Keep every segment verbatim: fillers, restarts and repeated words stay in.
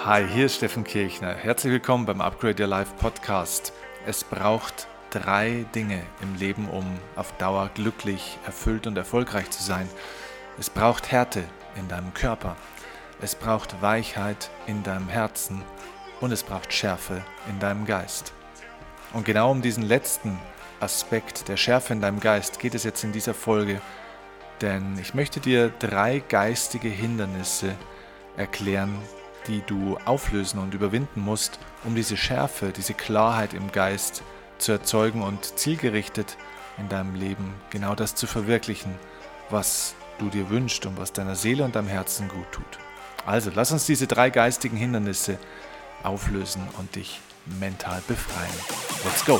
Hi, hier ist Steffen Kirchner. Herzlich willkommen beim Upgrade Your Life Podcast. Es braucht drei Dinge im Leben, um auf Dauer glücklich, erfüllt und erfolgreich zu sein. Es braucht Härte in deinem Körper, es braucht Weichheit in deinem Herzen und es braucht Schärfe in deinem Geist. Und genau um diesen letzten Aspekt der Schärfe in deinem Geist geht es jetzt in dieser Folge, denn ich möchte dir drei geistige Hindernisse erklären, die du auflösen und überwinden musst, um diese Schärfe, diese Klarheit im Geist zu erzeugen und zielgerichtet in deinem Leben genau das zu verwirklichen, was du dir wünschst und was deiner Seele und deinem Herzen gut tut. Also, lass uns diese drei geistigen Hindernisse auflösen und dich mental befreien. Let's go!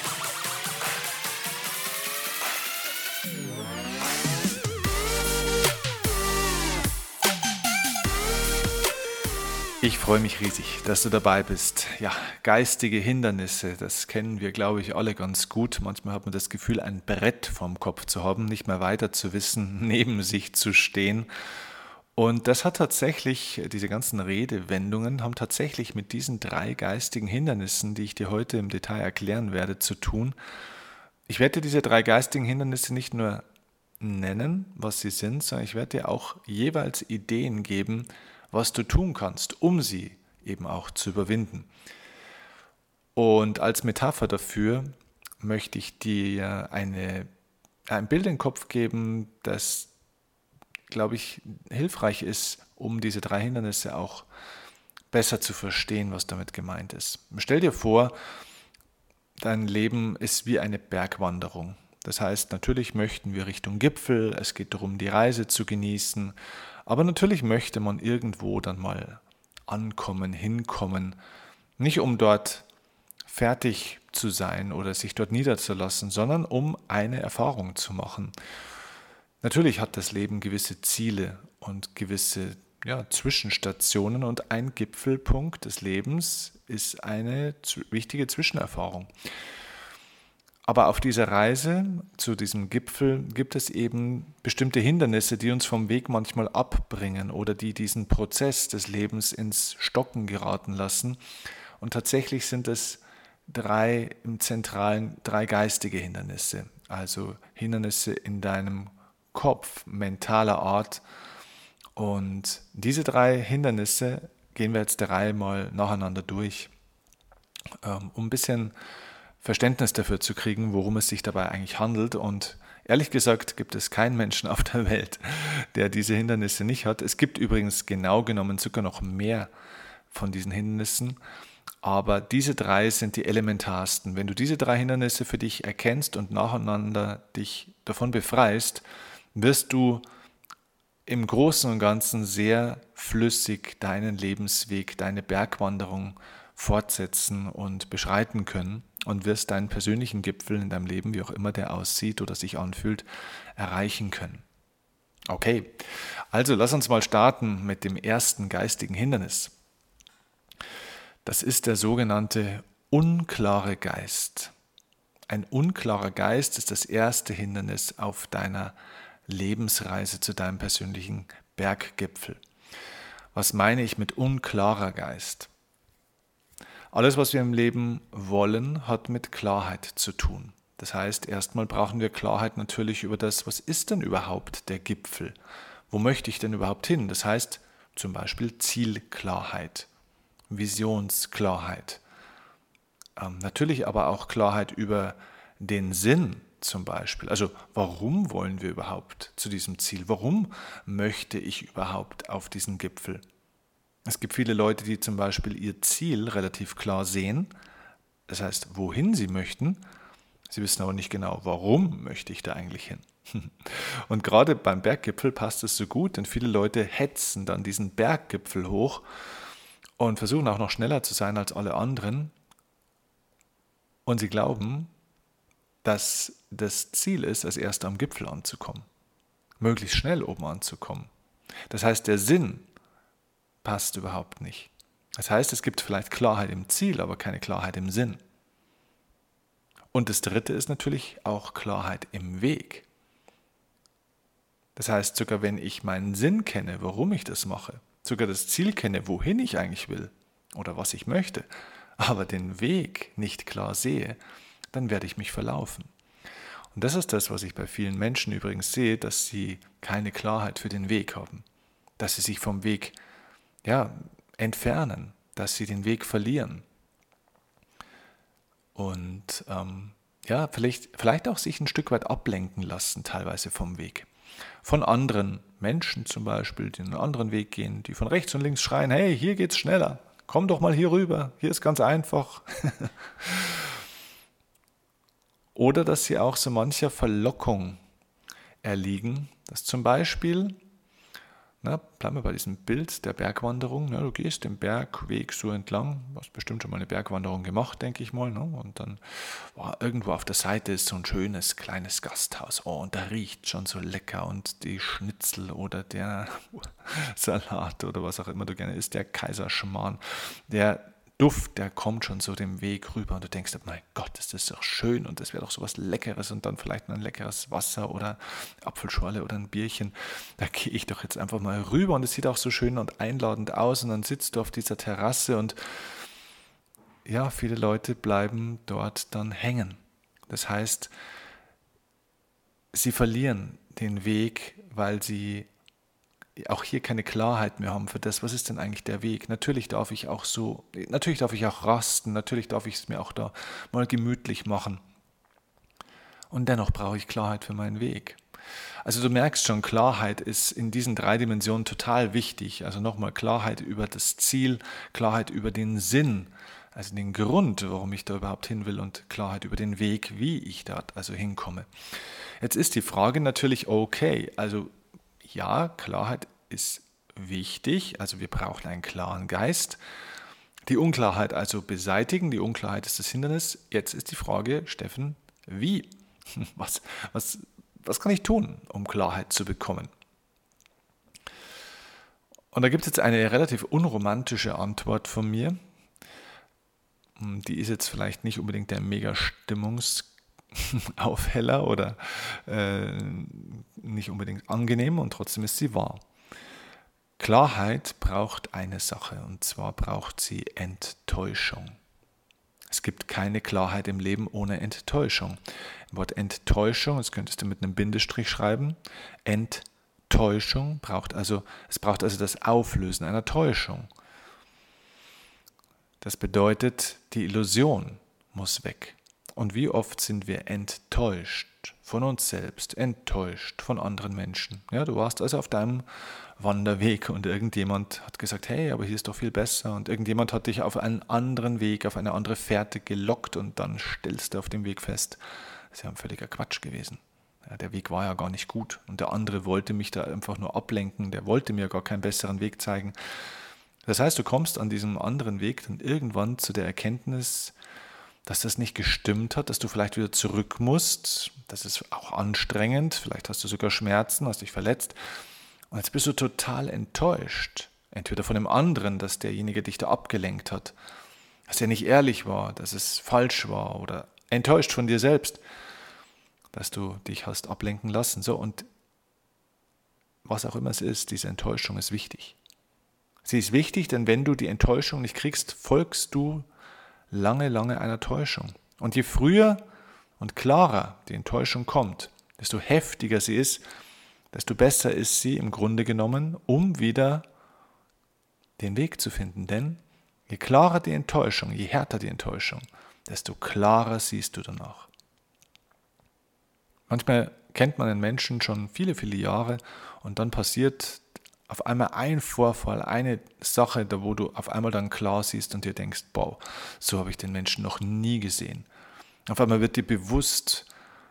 Ich freue mich riesig, dass du dabei bist. Ja, geistige Hindernisse, das kennen wir, glaube ich, alle ganz gut. Manchmal hat man das Gefühl, ein Brett vorm Kopf zu haben, nicht mehr weiter zu wissen, neben sich zu stehen. Und das hat tatsächlich, diese ganzen Redewendungen haben tatsächlich mit diesen drei geistigen Hindernissen, die ich dir heute im Detail erklären werde, zu tun. Ich werde dir diese drei geistigen Hindernisse nicht nur nennen, was sie sind, sondern ich werde dir auch jeweils Ideen geben, was du tun kannst, um sie eben auch zu überwinden. Und als Metapher dafür möchte ich dir eine, ein Bild in den Kopf geben, das, glaube ich, hilfreich ist, um diese drei Hindernisse auch besser zu verstehen, was damit gemeint ist. Stell dir vor, dein Leben ist wie eine Bergwanderung. Das heißt, natürlich möchten wir Richtung Gipfel, es geht darum, die Reise zu genießen, aber natürlich möchte man irgendwo dann mal ankommen, hinkommen, nicht um dort fertig zu sein oder sich dort niederzulassen, sondern um eine Erfahrung zu machen. Natürlich hat das Leben gewisse Ziele und gewisse ja, Zwischenstationen und ein Gipfelpunkt des Lebens ist eine wichtige Zwischenerfahrung. Aber auf dieser Reise zu diesem Gipfel gibt es eben bestimmte Hindernisse, die uns vom Weg manchmal abbringen oder die diesen Prozess des Lebens ins Stocken geraten lassen. Und tatsächlich sind es drei im Zentralen, drei geistige Hindernisse, also Hindernisse in deinem Kopf, mentaler Art. Und diese drei Hindernisse gehen wir jetzt der Reihe mal nacheinander durch, um ein bisschen Verständnis dafür zu kriegen, worum es sich dabei eigentlich handelt. Und ehrlich gesagt gibt es keinen Menschen auf der Welt, der diese Hindernisse nicht hat. Es gibt übrigens genau genommen sogar noch mehr von diesen Hindernissen, aber diese drei sind die elementarsten. Wenn du diese drei Hindernisse für dich erkennst und nacheinander dich davon befreist, wirst du im Großen und Ganzen sehr flüssig deinen Lebensweg, deine Bergwanderung fortsetzen und beschreiten können und wirst deinen persönlichen Gipfel in deinem Leben, wie auch immer der aussieht oder sich anfühlt, erreichen können. Okay, also lass uns mal starten mit dem ersten geistigen Hindernis. Das ist der sogenannte unklare Geist. Ein unklarer Geist ist das erste Hindernis auf deiner Lebensreise zu deinem persönlichen Berggipfel. Was meine ich mit unklarer Geist? Alles, was wir im Leben wollen, hat mit Klarheit zu tun. Das heißt, erstmal brauchen wir Klarheit natürlich über das, was ist denn überhaupt der Gipfel? Wo möchte ich denn überhaupt hin? Das heißt zum Beispiel Zielklarheit, Visionsklarheit. Ähm, natürlich aber auch Klarheit über den Sinn zum Beispiel. Also warum wollen wir überhaupt zu diesem Ziel? Warum möchte ich überhaupt auf diesen Gipfel? Es gibt viele Leute, die zum Beispiel ihr Ziel relativ klar sehen, das heißt, wohin sie möchten. Sie wissen aber nicht genau, warum möchte ich da eigentlich hin. Und gerade beim Berggipfel passt es so gut, denn viele Leute hetzen dann diesen Berggipfel hoch und versuchen auch noch schneller zu sein als alle anderen. Und sie glauben, dass das Ziel ist, als Erster am Gipfel anzukommen, möglichst schnell oben anzukommen. Das heißt, der Sinn passt überhaupt nicht. Das heißt, es gibt vielleicht Klarheit im Ziel, aber keine Klarheit im Sinn. Und das Dritte ist natürlich auch Klarheit im Weg. Das heißt, sogar wenn ich meinen Sinn kenne, warum ich das mache, sogar das Ziel kenne, wohin ich eigentlich will oder was ich möchte, aber den Weg nicht klar sehe, dann werde ich mich verlaufen. Und das ist das, was ich bei vielen Menschen übrigens sehe, dass sie keine Klarheit für den Weg haben, dass sie sich vom Weg ja, entfernen, dass sie den Weg verlieren und ähm, ja, vielleicht, vielleicht auch sich ein Stück weit ablenken lassen, teilweise vom Weg. Von anderen Menschen zum Beispiel, die einen anderen Weg gehen, die von rechts und links schreien, hey, hier geht's schneller, komm doch mal hier rüber, hier ist ganz einfach. Oder dass sie auch so mancher Verlockung erliegen, dass zum Beispiel, na, bleiben wir bei diesem Bild der Bergwanderung, na, du gehst den Bergweg so entlang, du hast bestimmt schon mal eine Bergwanderung gemacht, denke ich mal, ne? Und dann oh, irgendwo auf der Seite ist so ein schönes kleines Gasthaus, oh, und da riecht schon so lecker und die Schnitzel oder der Salat oder was auch immer du gerne isst, der Kaiserschmarrn, der Duft, der kommt schon so dem Weg rüber und du denkst, mein Gott, ist das doch schön und das wäre doch so was Leckeres und dann vielleicht noch ein leckeres Wasser oder Apfelschorle oder ein Bierchen. Da gehe ich doch jetzt einfach mal rüber und es sieht auch so schön und einladend aus und dann sitzt du auf dieser Terrasse und ja, viele Leute bleiben dort dann hängen. Das heißt, sie verlieren den Weg, weil sie auch hier keine Klarheit mehr haben für das, was ist denn eigentlich der Weg. Natürlich darf ich auch so, natürlich darf ich auch rasten, natürlich darf ich es mir auch da mal gemütlich machen. Und dennoch brauche ich Klarheit für meinen Weg. Also du merkst schon, Klarheit ist in diesen drei Dimensionen total wichtig. Also nochmal Klarheit über das Ziel, Klarheit über den Sinn, also den Grund, warum ich da überhaupt hin will und Klarheit über den Weg, wie ich dort also hinkomme. Jetzt ist die Frage natürlich, okay, also ja, Klarheit ist wichtig, also wir brauchen einen klaren Geist. Die Unklarheit also beseitigen, die Unklarheit ist das Hindernis. Jetzt ist die Frage, Steffen, wie? Was, was, was kann ich tun, um Klarheit zu bekommen? Und da gibt es jetzt eine relativ unromantische Antwort von mir. Die ist jetzt vielleicht nicht unbedingt der mega Stimmungs- Aufheller oder äh, nicht unbedingt angenehm und trotzdem ist sie wahr. Klarheit braucht eine Sache und zwar braucht sie Enttäuschung. Es gibt keine Klarheit im Leben ohne Enttäuschung. Im Wort Enttäuschung, das könntest du mit einem Bindestrich schreiben, Enttäuschung braucht also, es braucht also das Auflösen einer Täuschung. Das bedeutet, die Illusion muss weg. Und wie oft sind wir enttäuscht von uns selbst, enttäuscht von anderen Menschen. Ja, du warst also auf deinem Wanderweg und irgendjemand hat gesagt, hey, aber hier ist doch viel besser. Und irgendjemand hat dich auf einen anderen Weg, auf eine andere Fährte gelockt und dann stellst du auf dem Weg fest, das ist ja ein völliger Quatsch gewesen. Ja, der Weg war ja gar nicht gut und der andere wollte mich da einfach nur ablenken, der wollte mir gar keinen besseren Weg zeigen. Das heißt, du kommst an diesem anderen Weg dann irgendwann zu der Erkenntnis, dass das nicht gestimmt hat, dass du vielleicht wieder zurück musst. Das ist auch anstrengend, vielleicht hast du sogar Schmerzen, hast dich verletzt. Und jetzt bist du total enttäuscht. Entweder von dem anderen, dass derjenige dich da abgelenkt hat, dass er nicht ehrlich war, dass es falsch war oder enttäuscht von dir selbst, dass du dich hast ablenken lassen. So, und was auch immer es ist, diese Enttäuschung ist wichtig. Sie ist wichtig, denn wenn du die Enttäuschung nicht kriegst, folgst du lange, lange einer Täuschung. Und je früher und klarer die Enttäuschung kommt, desto heftiger sie ist, desto besser ist sie im Grunde genommen, um wieder den Weg zu finden. Denn je klarer die Enttäuschung, je härter die Enttäuschung, desto klarer siehst du danach. Manchmal kennt man einen Menschen schon viele, viele Jahre und dann passiert auf einmal ein Vorfall, eine Sache, da wo du auf einmal dann klar siehst und dir denkst, wow, so habe ich den Menschen noch nie gesehen. Auf einmal wird dir bewusst,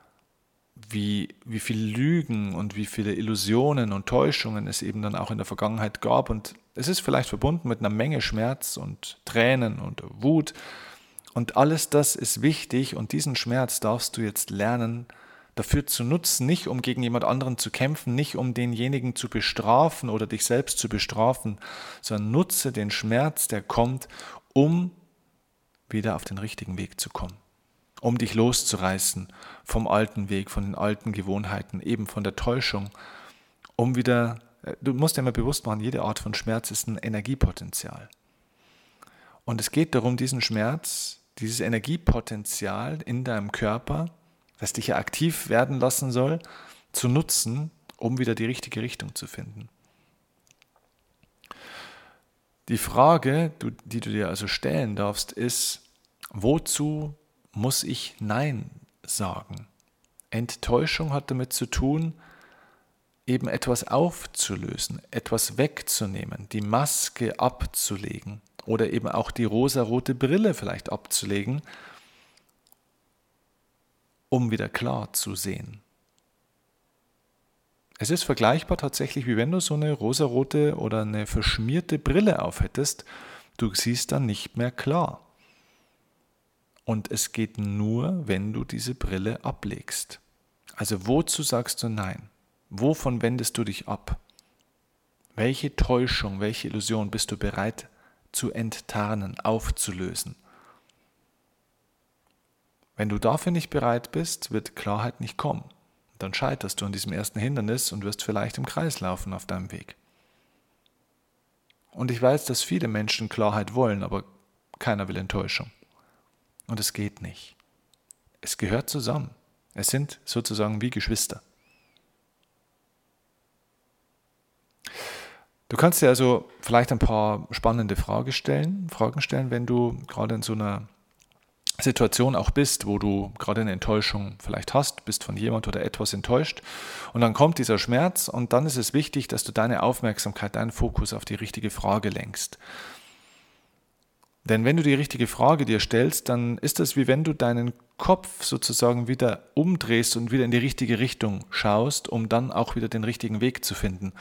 wie, wie viele Lügen und wie viele Illusionen und Täuschungen es eben dann auch in der Vergangenheit gab. Und es ist vielleicht verbunden mit einer Menge Schmerz und Tränen und Wut. Und alles das ist wichtig und diesen Schmerz darfst du jetzt lernen, dafür zu nutzen, nicht um gegen jemand anderen zu kämpfen, nicht um denjenigen zu bestrafen oder dich selbst zu bestrafen, sondern nutze den Schmerz, der kommt, um wieder auf den richtigen Weg zu kommen, um dich loszureißen vom alten Weg, von den alten Gewohnheiten, eben von der Täuschung, um wieder Du musst dir immer bewusst machen, jede Art von Schmerz ist ein Energiepotenzial. Und es geht darum, diesen Schmerz, dieses Energiepotenzial in deinem Körper, das dich ja aktiv werden lassen soll, zu nutzen, um wieder die richtige Richtung zu finden. Die Frage, die du dir also stellen darfst, ist, wozu muss ich Nein sagen? Enttäuschung hat damit zu tun, eben etwas aufzulösen, etwas wegzunehmen, die Maske abzulegen oder eben auch die rosarote Brille vielleicht abzulegen, um wieder klar zu sehen. Es ist vergleichbar tatsächlich, wie wenn du so eine rosarote oder eine verschmierte Brille aufhättest. Du siehst dann nicht mehr klar. Und es geht nur, wenn du diese Brille ablegst. Also wozu sagst du Nein? Wovon wendest du dich ab? Welche Täuschung, welche Illusion bist du bereit zu enttarnen, aufzulösen? Wenn du dafür nicht bereit bist, wird Klarheit nicht kommen. Dann scheiterst du an diesem ersten Hindernis und wirst vielleicht im Kreis laufen auf deinem Weg. Und ich weiß, dass viele Menschen Klarheit wollen, aber keiner will Enttäuschung. Und es geht nicht. Es gehört zusammen. Es sind sozusagen wie Geschwister. Du kannst dir also vielleicht ein paar spannende Fragen stellen, Fragen stellen, wenn du gerade in so einer Situation auch bist, wo du gerade eine Enttäuschung vielleicht hast, bist von jemand oder etwas enttäuscht und dann kommt dieser Schmerz und dann ist es wichtig, dass du deine Aufmerksamkeit, deinen Fokus auf die richtige Frage lenkst. Denn wenn du die richtige Frage dir stellst, dann ist das wie wenn du deinen Kopf sozusagen wieder umdrehst und wieder in die richtige Richtung schaust, um dann auch wieder den richtigen Weg zu finden.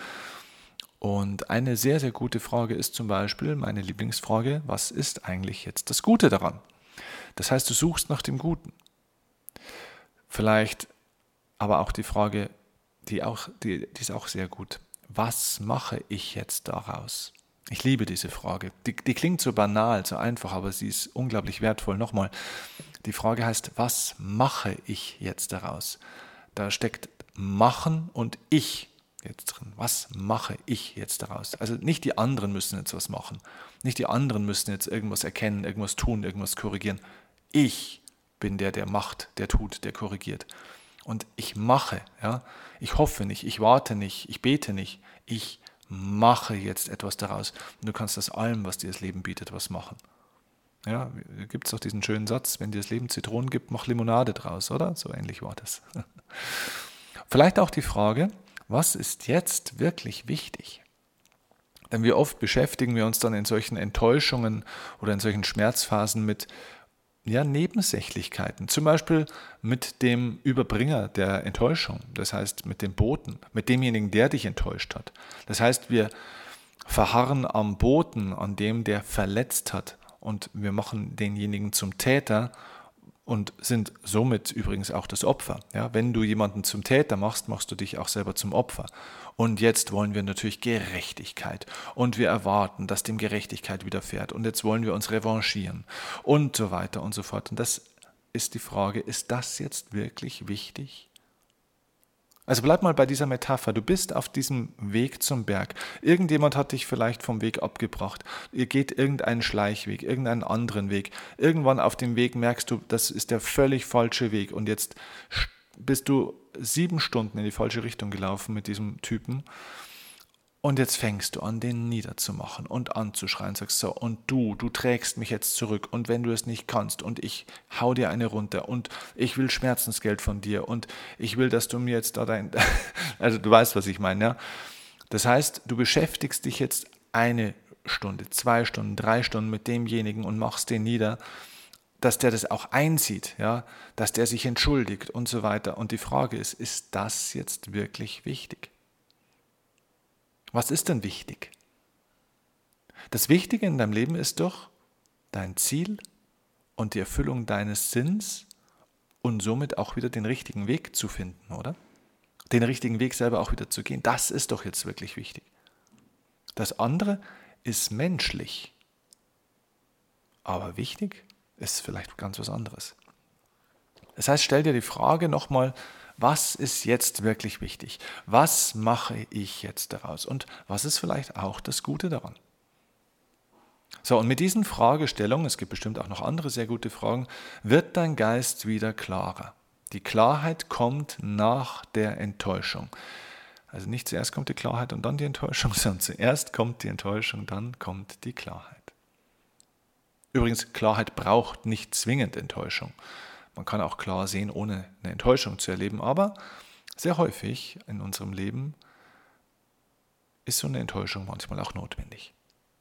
Und eine sehr, sehr gute Frage ist zum Beispiel, meine Lieblingsfrage, was ist eigentlich jetzt das Gute daran? Das heißt, du suchst nach dem Guten. Vielleicht aber auch die Frage, die, auch, die, die ist auch sehr gut. Was mache ich jetzt daraus? Ich liebe diese Frage. Die, die klingt so banal, so einfach, aber sie ist unglaublich wertvoll. Nochmal, die Frage heißt, was mache ich jetzt daraus? Da steckt machen und ich jetzt drin. Was mache ich jetzt daraus? Also nicht die anderen müssen jetzt was machen. Nicht die anderen müssen jetzt irgendwas erkennen, irgendwas tun, irgendwas korrigieren. Ich bin der, der macht, der tut, der korrigiert. Und ich mache, ja. Ich hoffe nicht, ich warte nicht, ich bete nicht. Ich mache jetzt etwas daraus. Und du kannst aus allem, was dir das Leben bietet, was machen. Ja, gibt es auch diesen schönen Satz, wenn dir das Leben Zitronen gibt, mach Limonade draus, oder? So ähnlich war das. Vielleicht auch die Frage, was ist jetzt wirklich wichtig? Denn wie oft beschäftigen wir uns dann in solchen Enttäuschungen oder in solchen Schmerzphasen mit ja, Nebensächlichkeiten, zum Beispiel mit dem Überbringer der Enttäuschung, das heißt mit dem Boten, mit demjenigen, der dich enttäuscht hat. Das heißt, wir verharren am Boten, an dem, der verletzt hat und wir machen denjenigen zum Täter und sind somit übrigens auch das Opfer. Ja, wenn du jemanden zum Täter machst, machst du dich auch selber zum Opfer. Und jetzt wollen wir natürlich Gerechtigkeit und wir erwarten, dass dem Gerechtigkeit widerfährt und jetzt wollen wir uns revanchieren und so weiter und so fort. Und das ist die Frage, ist das jetzt wirklich wichtig? Also bleib mal bei dieser Metapher, du bist auf diesem Weg zum Berg. Irgendjemand hat dich vielleicht vom Weg abgebracht. Ihr geht irgendeinen Schleichweg, irgendeinen anderen Weg. Irgendwann auf dem Weg merkst du, das ist der völlig falsche Weg und jetzt bist du sieben Stunden in die falsche Richtung gelaufen mit diesem Typen und jetzt fängst du an, den niederzumachen und anzuschreien, sagst so, und du, du trägst mich jetzt zurück und wenn du es nicht kannst und ich hau dir eine runter und ich will Schmerzensgeld von dir und ich will, dass du mir jetzt da dein, also du weißt, was ich meine, ja. Das heißt, du beschäftigst dich jetzt eine Stunde, zwei Stunden, drei Stunden mit demjenigen und machst den nieder, dass der das auch einsieht, ja, dass der sich entschuldigt und so weiter. Und die Frage ist, ist das jetzt wirklich wichtig? Was ist denn wichtig? Das Wichtige in deinem Leben ist doch dein Ziel und die Erfüllung deines Sinns und somit auch wieder den richtigen Weg zu finden, oder? Den richtigen Weg selber auch wieder zu gehen. Das ist doch jetzt wirklich wichtig. Das andere ist menschlich, aber wichtig ist vielleicht ganz was anderes. Das heißt, stell dir die Frage nochmal, Was ist jetzt wirklich wichtig? Was mache ich jetzt daraus? Und was ist vielleicht auch das Gute daran? So, und mit diesen Fragestellungen, es gibt bestimmt auch noch andere sehr gute Fragen, wird dein Geist wieder klarer. Die Klarheit kommt nach der Enttäuschung. Also nicht zuerst kommt die Klarheit und dann die Enttäuschung, sondern zuerst kommt die Enttäuschung, dann kommt die Klarheit. Übrigens, Klarheit braucht nicht zwingend Enttäuschung. Man kann auch klar sehen, ohne eine Enttäuschung zu erleben, aber sehr häufig in unserem Leben ist so eine Enttäuschung manchmal auch notwendig.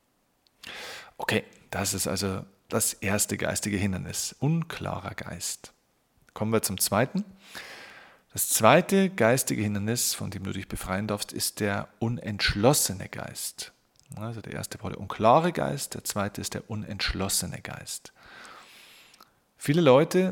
Okay, das ist also das erste geistige Hindernis, unklarer Geist. Kommen wir zum zweiten. Das zweite geistige Hindernis, von dem du dich befreien darfst, ist der unentschlossene Geist. Also der erste war der unklare Geist, der zweite ist der unentschlossene Geist. Viele Leute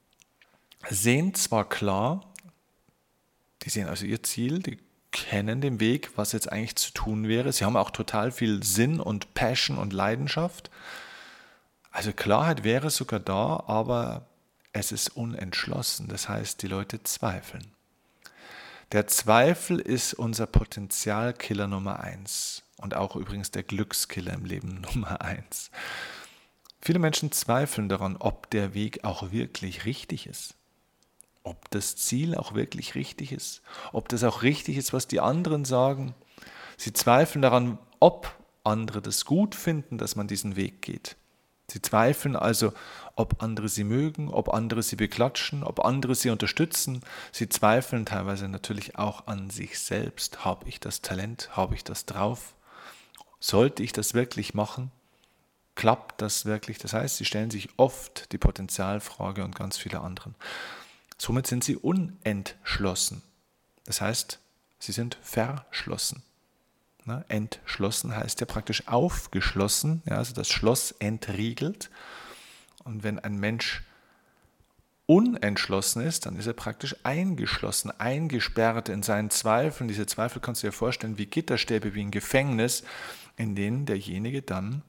sehen zwar klar, die sehen also ihr Ziel, die kennen den Weg, was jetzt eigentlich zu tun wäre. Sie haben auch total viel Sinn und Passion und Leidenschaft. Also Klarheit wäre sogar da, aber es ist unentschlossen. Das heißt, die Leute zweifeln. Der Zweifel ist unser Potenzialkiller Nummer eins und auch übrigens der Glückskiller im Leben Nummer eins. Viele Menschen zweifeln daran, ob der Weg auch wirklich richtig ist. Ob das Ziel auch wirklich richtig ist, ob das auch richtig ist, was die anderen sagen. Sie zweifeln daran, ob andere das gut finden, dass man diesen Weg geht. Sie zweifeln also, ob andere sie mögen, ob andere sie beklatschen, ob andere sie unterstützen. Sie zweifeln teilweise natürlich auch an sich selbst. Habe ich das Talent? Habe ich das drauf? Sollte ich das wirklich machen? Klappt das wirklich? Das heißt, sie stellen sich oft die Potenzialfrage und ganz viele anderen. Somit sind sie unentschlossen. Das heißt, sie sind verschlossen. Na, entschlossen heißt ja praktisch aufgeschlossen, ja, also das Schloss entriegelt. Und wenn ein Mensch unentschlossen ist, dann ist er praktisch eingeschlossen, eingesperrt in seinen Zweifeln. Diese Zweifel kannst du dir vorstellen wie Gitterstäbe, wie ein Gefängnis, in denen derjenige dann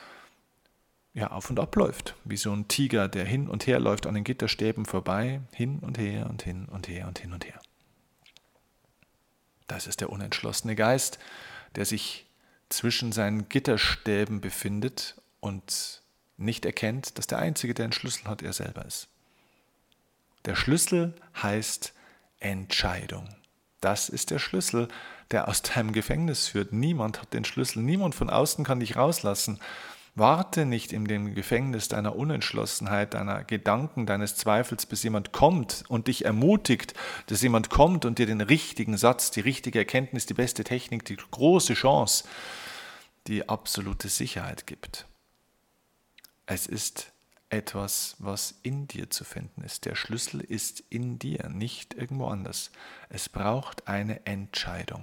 ja, auf und ab läuft, wie so ein Tiger, der hin und her läuft an den Gitterstäben vorbei, hin und her und hin und her und hin und her. Das ist der unentschlossene Geist, der sich zwischen seinen Gitterstäben befindet und nicht erkennt, dass der Einzige, der einen Schlüssel hat, er selber ist. Der Schlüssel heißt Entscheidung. Das ist der Schlüssel, der aus deinem Gefängnis führt. Niemand hat den Schlüssel, niemand von außen kann dich rauslassen. Warte nicht in dem Gefängnis deiner Unentschlossenheit, deiner Gedanken, deines Zweifels, bis jemand kommt und dich ermutigt, dass jemand kommt und dir den richtigen Satz, die richtige Erkenntnis, die beste Technik, die große Chance, die absolute Sicherheit gibt. Es ist etwas, was in dir zu finden ist. Der Schlüssel ist in dir, nicht irgendwo anders. Es braucht eine Entscheidung.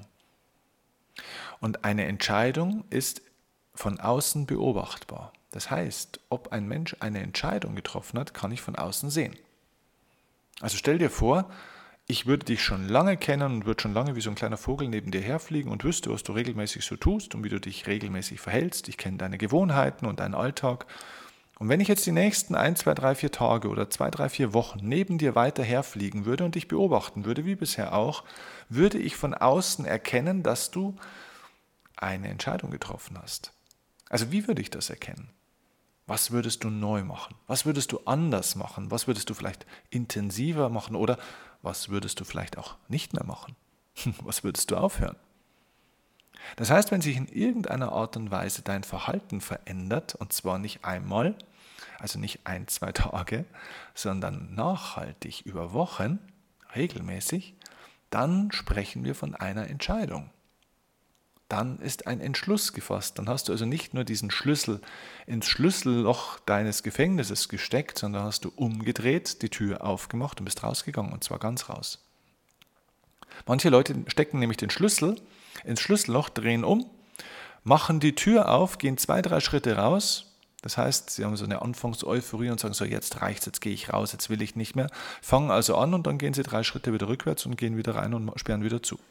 Und eine Entscheidung ist von außen beobachtbar. Das heißt, ob ein Mensch eine Entscheidung getroffen hat, kann ich von außen sehen. Also stell dir vor, ich würde dich schon lange kennen und würde schon lange wie so ein kleiner Vogel neben dir herfliegen und wüsste, was du regelmäßig so tust und wie du dich regelmäßig verhältst. Ich kenne deine Gewohnheiten und deinen Alltag. Und wenn ich jetzt die nächsten ein, zwei, drei, vier Tage oder zwei, drei, vier Wochen neben dir weiter herfliegen würde und dich beobachten würde, wie bisher auch, würde ich von außen erkennen, dass du eine Entscheidung getroffen hast. Also wie würde ich das erkennen? Was würdest du neu machen? Was würdest du anders machen? Was würdest du vielleicht intensiver machen? Oder was würdest du vielleicht auch nicht mehr machen? Was würdest du aufhören? Das heißt, wenn sich in irgendeiner Art und Weise dein Verhalten verändert, und zwar nicht einmal, also nicht ein, zwei Tage, sondern nachhaltig über Wochen, regelmäßig, dann sprechen wir von einer Entscheidung. Dann ist ein Entschluss gefasst. Dann hast du also nicht nur diesen Schlüssel ins Schlüsselloch deines Gefängnisses gesteckt, sondern hast du umgedreht, die Tür aufgemacht und bist rausgegangen, und zwar ganz raus. Manche Leute stecken nämlich den Schlüssel ins Schlüsselloch, drehen um, machen die Tür auf, gehen zwei, drei Schritte raus. Das heißt, sie haben so eine Anfangseuphorie und sagen so, jetzt reicht's, jetzt gehe ich raus, jetzt will ich nicht mehr. Fangen also an und dann gehen sie drei Schritte wieder rückwärts und gehen wieder rein und sperren wieder zu.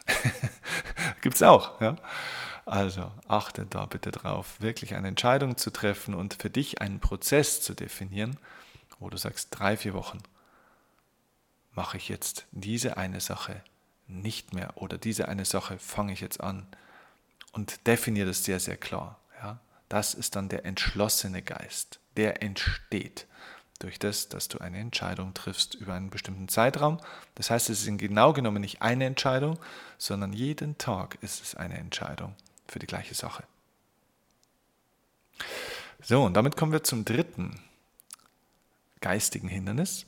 Gibt es auch. Ja? Also achte da bitte drauf, wirklich eine Entscheidung zu treffen und für dich einen Prozess zu definieren, wo du sagst, drei, vier Wochen. mache ich jetzt diese eine Sache nicht mehr oder diese eine Sache fange ich jetzt an und definiere das sehr, sehr klar. Ja? Das ist dann der entschlossene Geist, der entsteht durch das, dass du eine Entscheidung triffst über einen bestimmten Zeitraum. Das heißt, es ist genau genommen nicht eine Entscheidung, sondern jeden Tag ist es eine Entscheidung für die gleiche Sache. So, und damit kommen wir zum dritten geistigen Hindernis.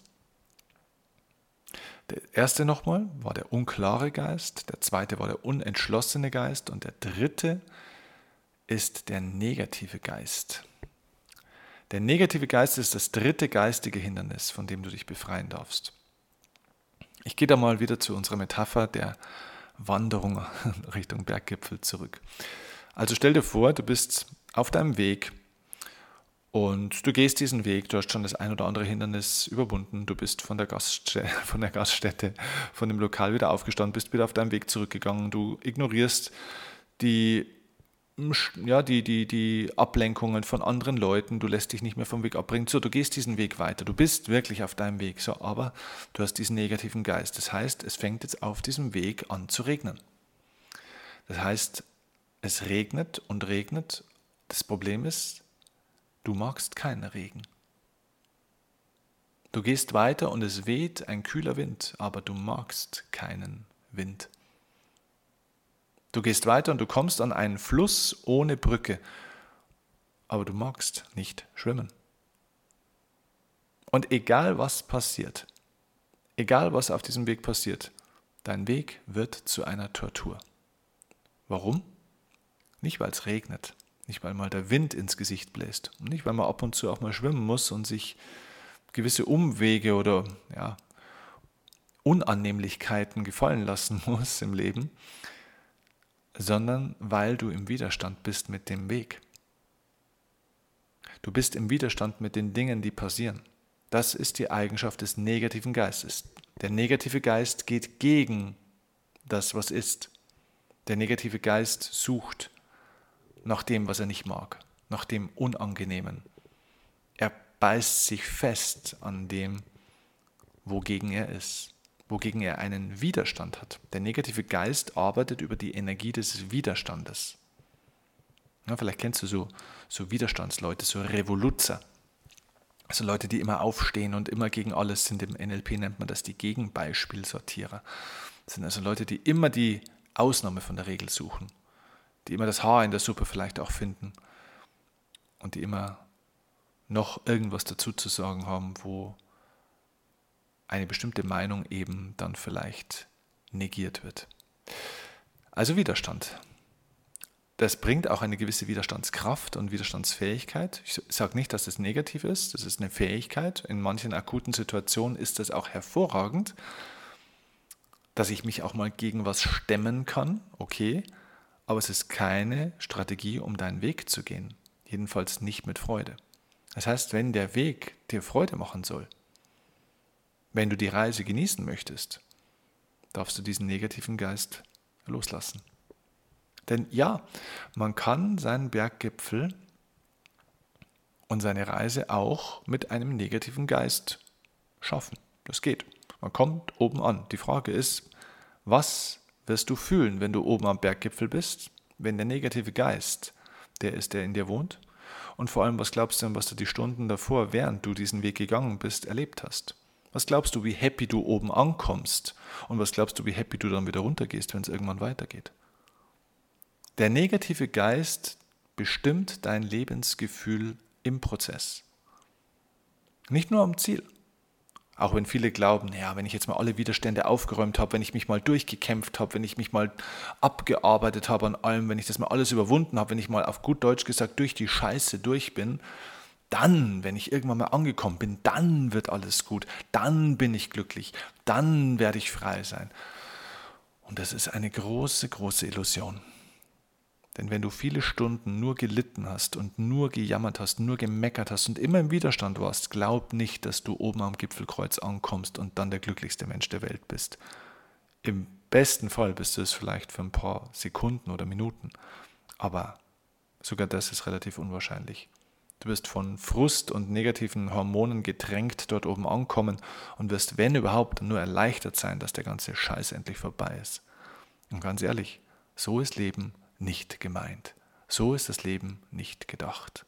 Der erste nochmal war der unklare Geist, der zweite war der unentschlossene Geist und der dritte ist der negative Geist. Der negative Geist ist das dritte geistige Hindernis, von dem du dich befreien darfst. Ich gehe da mal wieder zu unserer Metapher der Wanderung Richtung Berggipfel zurück. Also stell dir vor, du bist auf deinem Weg und du gehst diesen Weg, du hast schon das ein oder andere Hindernis überwunden, du bist von der Gaststätte, von der Gaststätte, von dem Lokal wieder aufgestanden, bist wieder auf deinem Weg zurückgegangen, du ignorierst die Ja, die, die, die Ablenkungen von anderen Leuten, du lässt dich nicht mehr vom Weg abbringen. So, du gehst diesen Weg weiter, du bist wirklich auf deinem Weg, so, aber du hast diesen negativen Geist. Das heißt, es fängt jetzt auf diesem Weg an zu regnen. Das heißt, es regnet und regnet. Das Problem ist, du magst keinen Regen. Du gehst weiter und es weht ein kühler Wind, aber du magst keinen Wind. Du gehst weiter und du kommst an einen Fluss ohne Brücke, aber du magst nicht schwimmen. Und egal was passiert, egal was auf diesem Weg passiert, dein Weg wird zu einer Tortur. Warum? Nicht, weil es regnet, nicht, weil mal der Wind ins Gesicht bläst, und nicht, weil man ab und zu auch mal schwimmen muss und sich gewisse Umwege oder ja, Unannehmlichkeiten gefallen lassen muss im Leben, sondern weil du im Widerstand bist mit dem Weg. Du bist im Widerstand mit den Dingen, die passieren. Das ist die Eigenschaft des negativen Geistes. Der negative Geist geht gegen das, was ist. Der negative Geist sucht nach dem, was er nicht mag, nach dem Unangenehmen. Er beißt sich fest an dem, wogegen er ist, wogegen er einen Widerstand hat. Der negative Geist arbeitet über die Energie des Widerstandes. Ja, vielleicht kennst du so, so Widerstandsleute, so Revoluzer. Also Leute, die immer aufstehen und immer gegen alles sind. Im N L P nennt man das die Gegenbeispielsortierer. Das sind also Leute, die immer die Ausnahme von der Regel suchen, die immer das Haar in der Suppe vielleicht auch finden und die immer noch irgendwas dazu zu sagen haben, wo eine bestimmte Meinung eben dann vielleicht negiert wird. Also Widerstand. Das bringt auch eine gewisse Widerstandskraft und Widerstandsfähigkeit. Ich sage nicht, dass es negativ ist, das ist eine Fähigkeit. In manchen akuten Situationen ist das auch hervorragend, dass ich mich auch mal gegen was stemmen kann, okay, aber es ist keine Strategie, um deinen Weg zu gehen. Jedenfalls nicht mit Freude. Das heißt, wenn der Weg dir Freude machen soll, wenn du die Reise genießen möchtest, darfst du diesen negativen Geist loslassen. Denn ja, man kann seinen Berggipfel und seine Reise auch mit einem negativen Geist schaffen. Das geht. Man kommt oben an. Die Frage ist, was wirst du fühlen, wenn du oben am Berggipfel bist, wenn der negative Geist der ist, der in dir wohnt? Und vor allem, was glaubst du denn, was du die Stunden davor, während du diesen Weg gegangen bist, erlebt hast? Was glaubst du, wie happy du oben ankommst? Und was glaubst du, wie happy du dann wieder runtergehst, wenn es irgendwann weitergeht? Der negative Geist bestimmt dein Lebensgefühl im Prozess. Nicht nur am Ziel. Auch wenn viele glauben, naja, wenn ich jetzt mal alle Widerstände aufgeräumt habe, wenn ich mich mal durchgekämpft habe, wenn ich mich mal abgearbeitet habe an allem, wenn ich das mal alles überwunden habe, wenn ich mal auf gut Deutsch gesagt durch die Scheiße durch bin, dann, wenn ich irgendwann mal angekommen bin, dann wird alles gut, dann bin ich glücklich, dann werde ich frei sein. Und das ist eine große, große Illusion. Denn wenn du viele Stunden nur gelitten hast und nur gejammert hast, nur gemeckert hast und immer im Widerstand warst, glaub nicht, dass du oben am Gipfelkreuz ankommst und dann der glücklichste Mensch der Welt bist. Im besten Fall bist du es vielleicht für ein paar Sekunden oder Minuten, aber sogar das ist relativ unwahrscheinlich. Du wirst von Frust und negativen Hormonen gedrängt dort oben ankommen und wirst, wenn überhaupt, nur erleichtert sein, dass der ganze Scheiß endlich vorbei ist. Und ganz ehrlich, so ist Leben nicht gemeint. So ist das Leben nicht gedacht.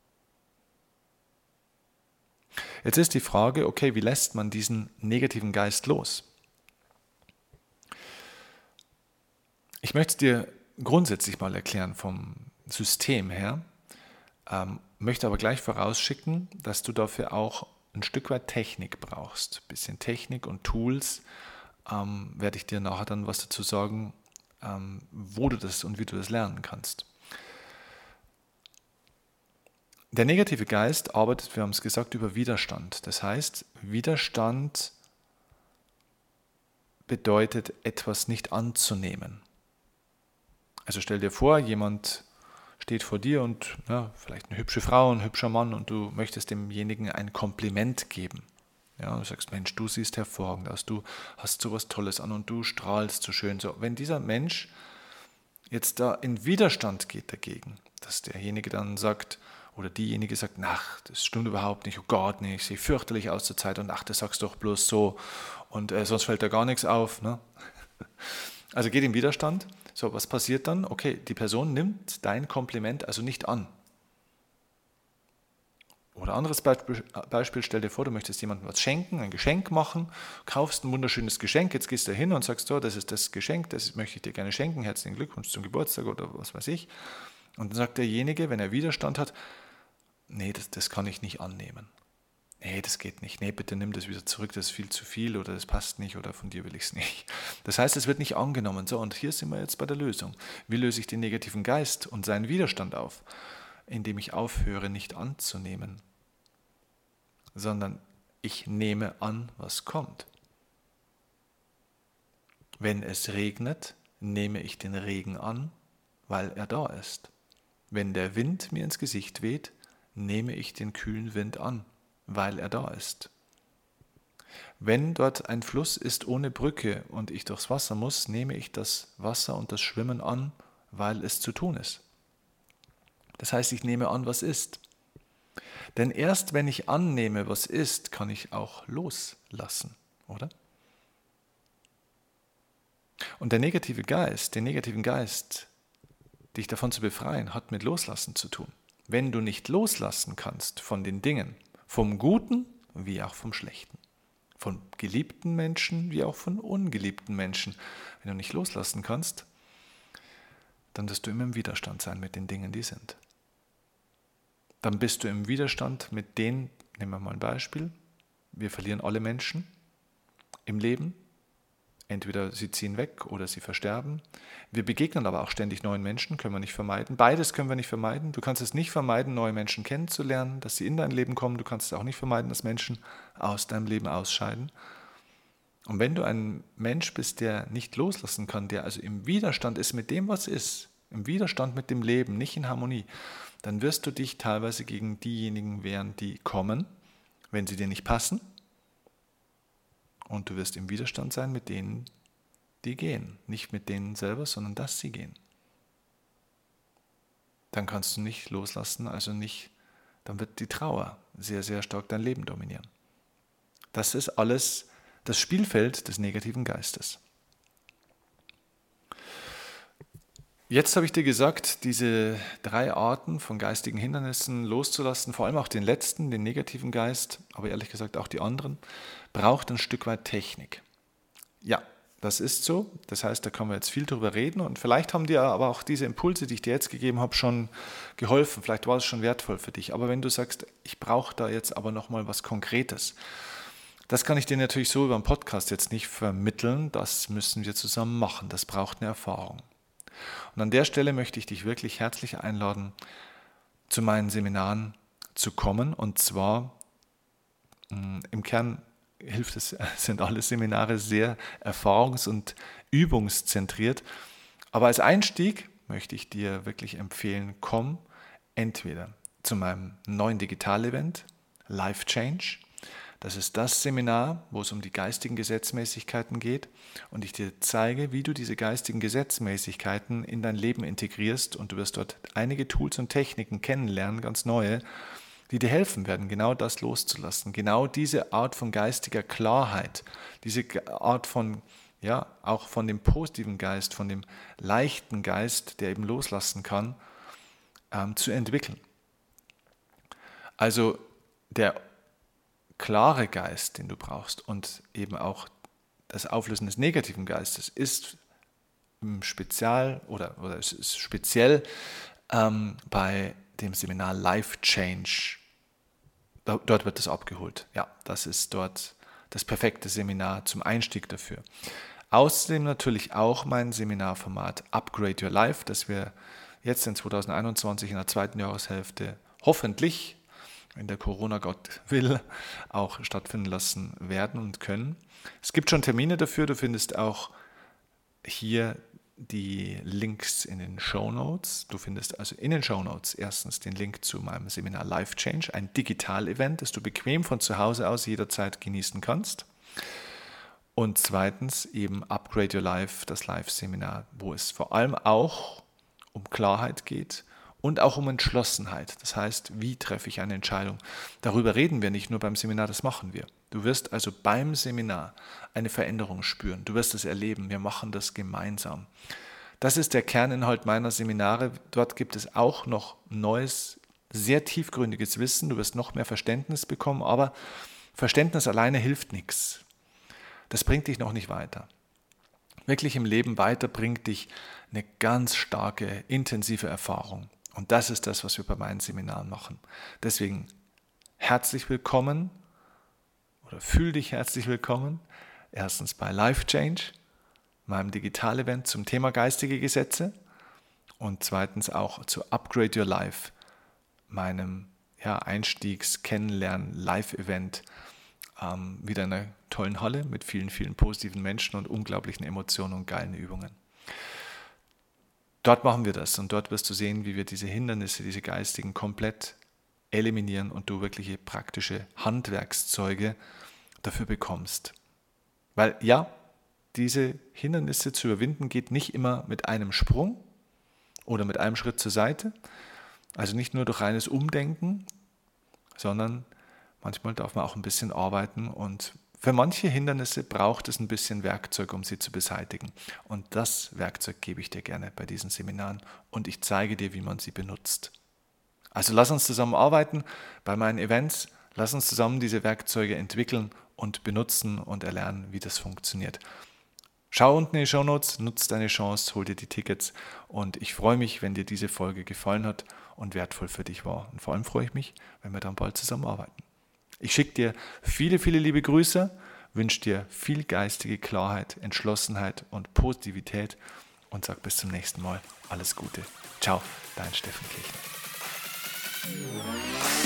Jetzt ist die Frage, okay, wie lässt man diesen negativen Geist los? Ich möchte es dir grundsätzlich mal erklären vom System her, ähm, möchte aber gleich vorausschicken, dass du dafür auch ein Stück weit Technik brauchst. Ein bisschen Technik und Tools, ähm, werde ich dir nachher dann was dazu sagen, ähm, wo du das und wie du das lernen kannst. Der negative Geist arbeitet, wir haben es gesagt, über Widerstand. Das heißt, Widerstand bedeutet, etwas nicht anzunehmen. Also stell dir vor, jemand steht vor dir und ja, vielleicht eine hübsche Frau, ein hübscher Mann und du möchtest demjenigen ein Kompliment geben. Ja, du sagst, Mensch, du siehst hervorragend aus, du hast so was Tolles an und du strahlst so schön. So, wenn dieser Mensch jetzt da in Widerstand geht dagegen, dass derjenige dann sagt, oder diejenige sagt, ach, das stimmt überhaupt nicht, oh Gott, nee, ich sehe fürchterlich aus zur Zeit und ach, das sagst du doch bloß so und äh, sonst fällt da gar nichts auf. Ne? Also geht im Widerstand. So, was passiert dann? Okay, die Person nimmt dein Kompliment also nicht an. Oder anderes Beispiel, Beispiel, stell dir vor, du möchtest jemandem was schenken, ein Geschenk machen, kaufst ein wunderschönes Geschenk, jetzt gehst du hin und sagst, so, das ist das Geschenk, das möchte ich dir gerne schenken, herzlichen Glückwunsch zum Geburtstag oder was weiß ich. Und dann sagt derjenige, wenn er Widerstand hat, nee, das, das kann ich nicht annehmen. Nee, das geht nicht. Nee, bitte nimm das wieder zurück, das ist viel zu viel oder das passt nicht oder von dir will ich es nicht. Das heißt, es wird nicht angenommen. So, und hier sind wir jetzt bei der Lösung. Wie löse ich den negativen Geist und seinen Widerstand auf? Indem ich aufhöre, nicht anzunehmen, sondern ich nehme an, was kommt. Wenn es regnet, nehme ich den Regen an, weil er da ist. Wenn der Wind mir ins Gesicht weht, nehme ich den kühlen Wind an, weil er da ist. Wenn dort ein Fluss ist ohne Brücke und ich durchs Wasser muss, nehme ich das Wasser und das Schwimmen an, weil es zu tun ist. Das heißt, ich nehme an, was ist. Denn erst wenn ich annehme, was ist, kann ich auch loslassen, oder? Und der negative Geist, den negativen Geist, dich davon zu befreien, hat mit Loslassen zu tun. Wenn du nicht loslassen kannst von den Dingen, vom Guten wie auch vom Schlechten, von geliebten Menschen wie auch von ungeliebten Menschen, wenn du nicht loslassen kannst, dann wirst du immer im Widerstand sein mit den Dingen, die sind. Dann bist du im Widerstand mit denen, nehmen wir mal ein Beispiel, wir verlieren alle Menschen im Leben, entweder sie ziehen weg oder sie versterben. Wir begegnen aber auch ständig neuen Menschen, können wir nicht vermeiden. Beides können wir nicht vermeiden. Du kannst es nicht vermeiden, neue Menschen kennenzulernen, dass sie in dein Leben kommen. Du kannst es auch nicht vermeiden, dass Menschen aus deinem Leben ausscheiden. Und wenn du ein Mensch bist, der nicht loslassen kann, der also im Widerstand ist mit dem, was ist, im Widerstand mit dem Leben, nicht in Harmonie, dann wirst du dich teilweise gegen diejenigen wehren, die kommen, wenn sie dir nicht passen. Und du wirst im Widerstand sein mit denen, die gehen. Nicht mit denen selber, sondern dass sie gehen. Dann kannst du nicht loslassen, also nicht, dann wird die Trauer sehr, sehr stark dein Leben dominieren. Das ist alles das Spielfeld des negativen Geistes. Jetzt habe ich dir gesagt, diese drei Arten von geistigen Hindernissen loszulassen, vor allem auch den letzten, den negativen Geist, aber ehrlich gesagt auch die anderen, braucht ein Stück weit Technik. Ja, das ist so. Das heißt, da können wir jetzt viel drüber reden und vielleicht haben dir aber auch diese Impulse, die ich dir jetzt gegeben habe, schon geholfen. Vielleicht war es schon wertvoll für dich. Aber wenn du sagst, ich brauche da jetzt aber nochmal was Konkretes, das kann ich dir natürlich so über einen Podcast jetzt nicht vermitteln. Das müssen wir zusammen machen. Das braucht eine Erfahrung. Und an der Stelle möchte ich dich wirklich herzlich einladen, zu meinen Seminaren zu kommen. Und zwar mh, im Kern hilft es, sind alle Seminare sehr erfahrungs- und übungszentriert. Aber als Einstieg möchte ich dir wirklich empfehlen, komm entweder zu meinem neuen Digital-Event Life Change. Das ist das Seminar, wo es um die geistigen Gesetzmäßigkeiten geht und ich dir zeige, wie du diese geistigen Gesetzmäßigkeiten in dein Leben integrierst und du wirst dort einige Tools und Techniken kennenlernen, ganz neue, die dir helfen werden, genau das loszulassen, genau diese Art von geistiger Klarheit, diese Art von, ja, auch von dem positiven Geist, von dem leichten Geist, der eben loslassen kann, ähm, zu entwickeln. Also der klare Geist, den du brauchst und eben auch das Auflösen des negativen Geistes ist im Spezial oder, oder es ist speziell ähm, bei dem Seminar Life Change. Dort wird das abgeholt. Ja, das ist dort das perfekte Seminar zum Einstieg dafür. Außerdem natürlich auch mein Seminarformat Upgrade Your Life, das wir jetzt in zwanzig einundzwanzig in der zweiten Jahreshälfte hoffentlich, wenn der Corona-Gott will, auch stattfinden lassen werden und können. Es gibt schon Termine dafür, du findest auch hier die Links in den Shownotes. Du findest also in den Shownotes erstens den Link zu meinem Seminar Life Change, ein Digital-Event, das du bequem von zu Hause aus jederzeit genießen kannst. Und zweitens eben Upgrade Your Life, das Live-Seminar, wo es vor allem auch um Klarheit geht und auch um Entschlossenheit. Das heißt, wie treffe ich eine Entscheidung? Darüber reden wir nicht nur beim Seminar, das machen wir. Du wirst also beim Seminar eine Veränderung spüren. Du wirst es erleben. Wir machen das gemeinsam. Das ist der Kerninhalt meiner Seminare. Dort gibt es auch noch neues, sehr tiefgründiges Wissen. Du wirst noch mehr Verständnis bekommen, aber Verständnis alleine hilft nichts. Das bringt dich noch nicht weiter. Wirklich im Leben weiter bringt dich eine ganz starke, intensive Erfahrung. Und das ist das, was wir bei meinen Seminaren machen. Deswegen herzlich willkommen oder fühl dich herzlich willkommen. Erstens bei Life Change, meinem Digital-Event zum Thema geistige Gesetze und zweitens auch zu Upgrade Your Life, meinem ja, Einstiegs-Kennenlernen-Live-Event, ähm, wieder in einer tollen Halle mit vielen, vielen positiven Menschen und unglaublichen Emotionen und geilen Übungen. Dort machen wir das und dort wirst du sehen, wie wir diese Hindernisse, diese geistigen komplett eliminieren und du wirkliche praktische Handwerkszeuge dafür bekommst. Weil ja, diese Hindernisse zu überwinden geht nicht immer mit einem Sprung oder mit einem Schritt zur Seite, also nicht nur durch reines Umdenken, sondern manchmal darf man auch ein bisschen arbeiten und für manche Hindernisse braucht es ein bisschen Werkzeug, um sie zu beseitigen. Und das Werkzeug gebe ich dir gerne bei diesen Seminaren und ich zeige dir, wie man sie benutzt. Also lass uns zusammen arbeiten bei meinen Events, lass uns zusammen diese Werkzeuge entwickeln und benutzen und erlernen, wie das funktioniert. Schau unten in die Shownotes, nutz deine Chance, hol dir die Tickets und ich freue mich, wenn dir diese Folge gefallen hat und wertvoll für dich war. Und vor allem freue ich mich, wenn wir dann bald zusammenarbeiten. Ich schicke dir viele, viele liebe Grüße, wünsche dir viel geistige Klarheit, Entschlossenheit und Positivität und sage bis zum nächsten Mal. Alles Gute. Ciao, dein Steffen Kirchner.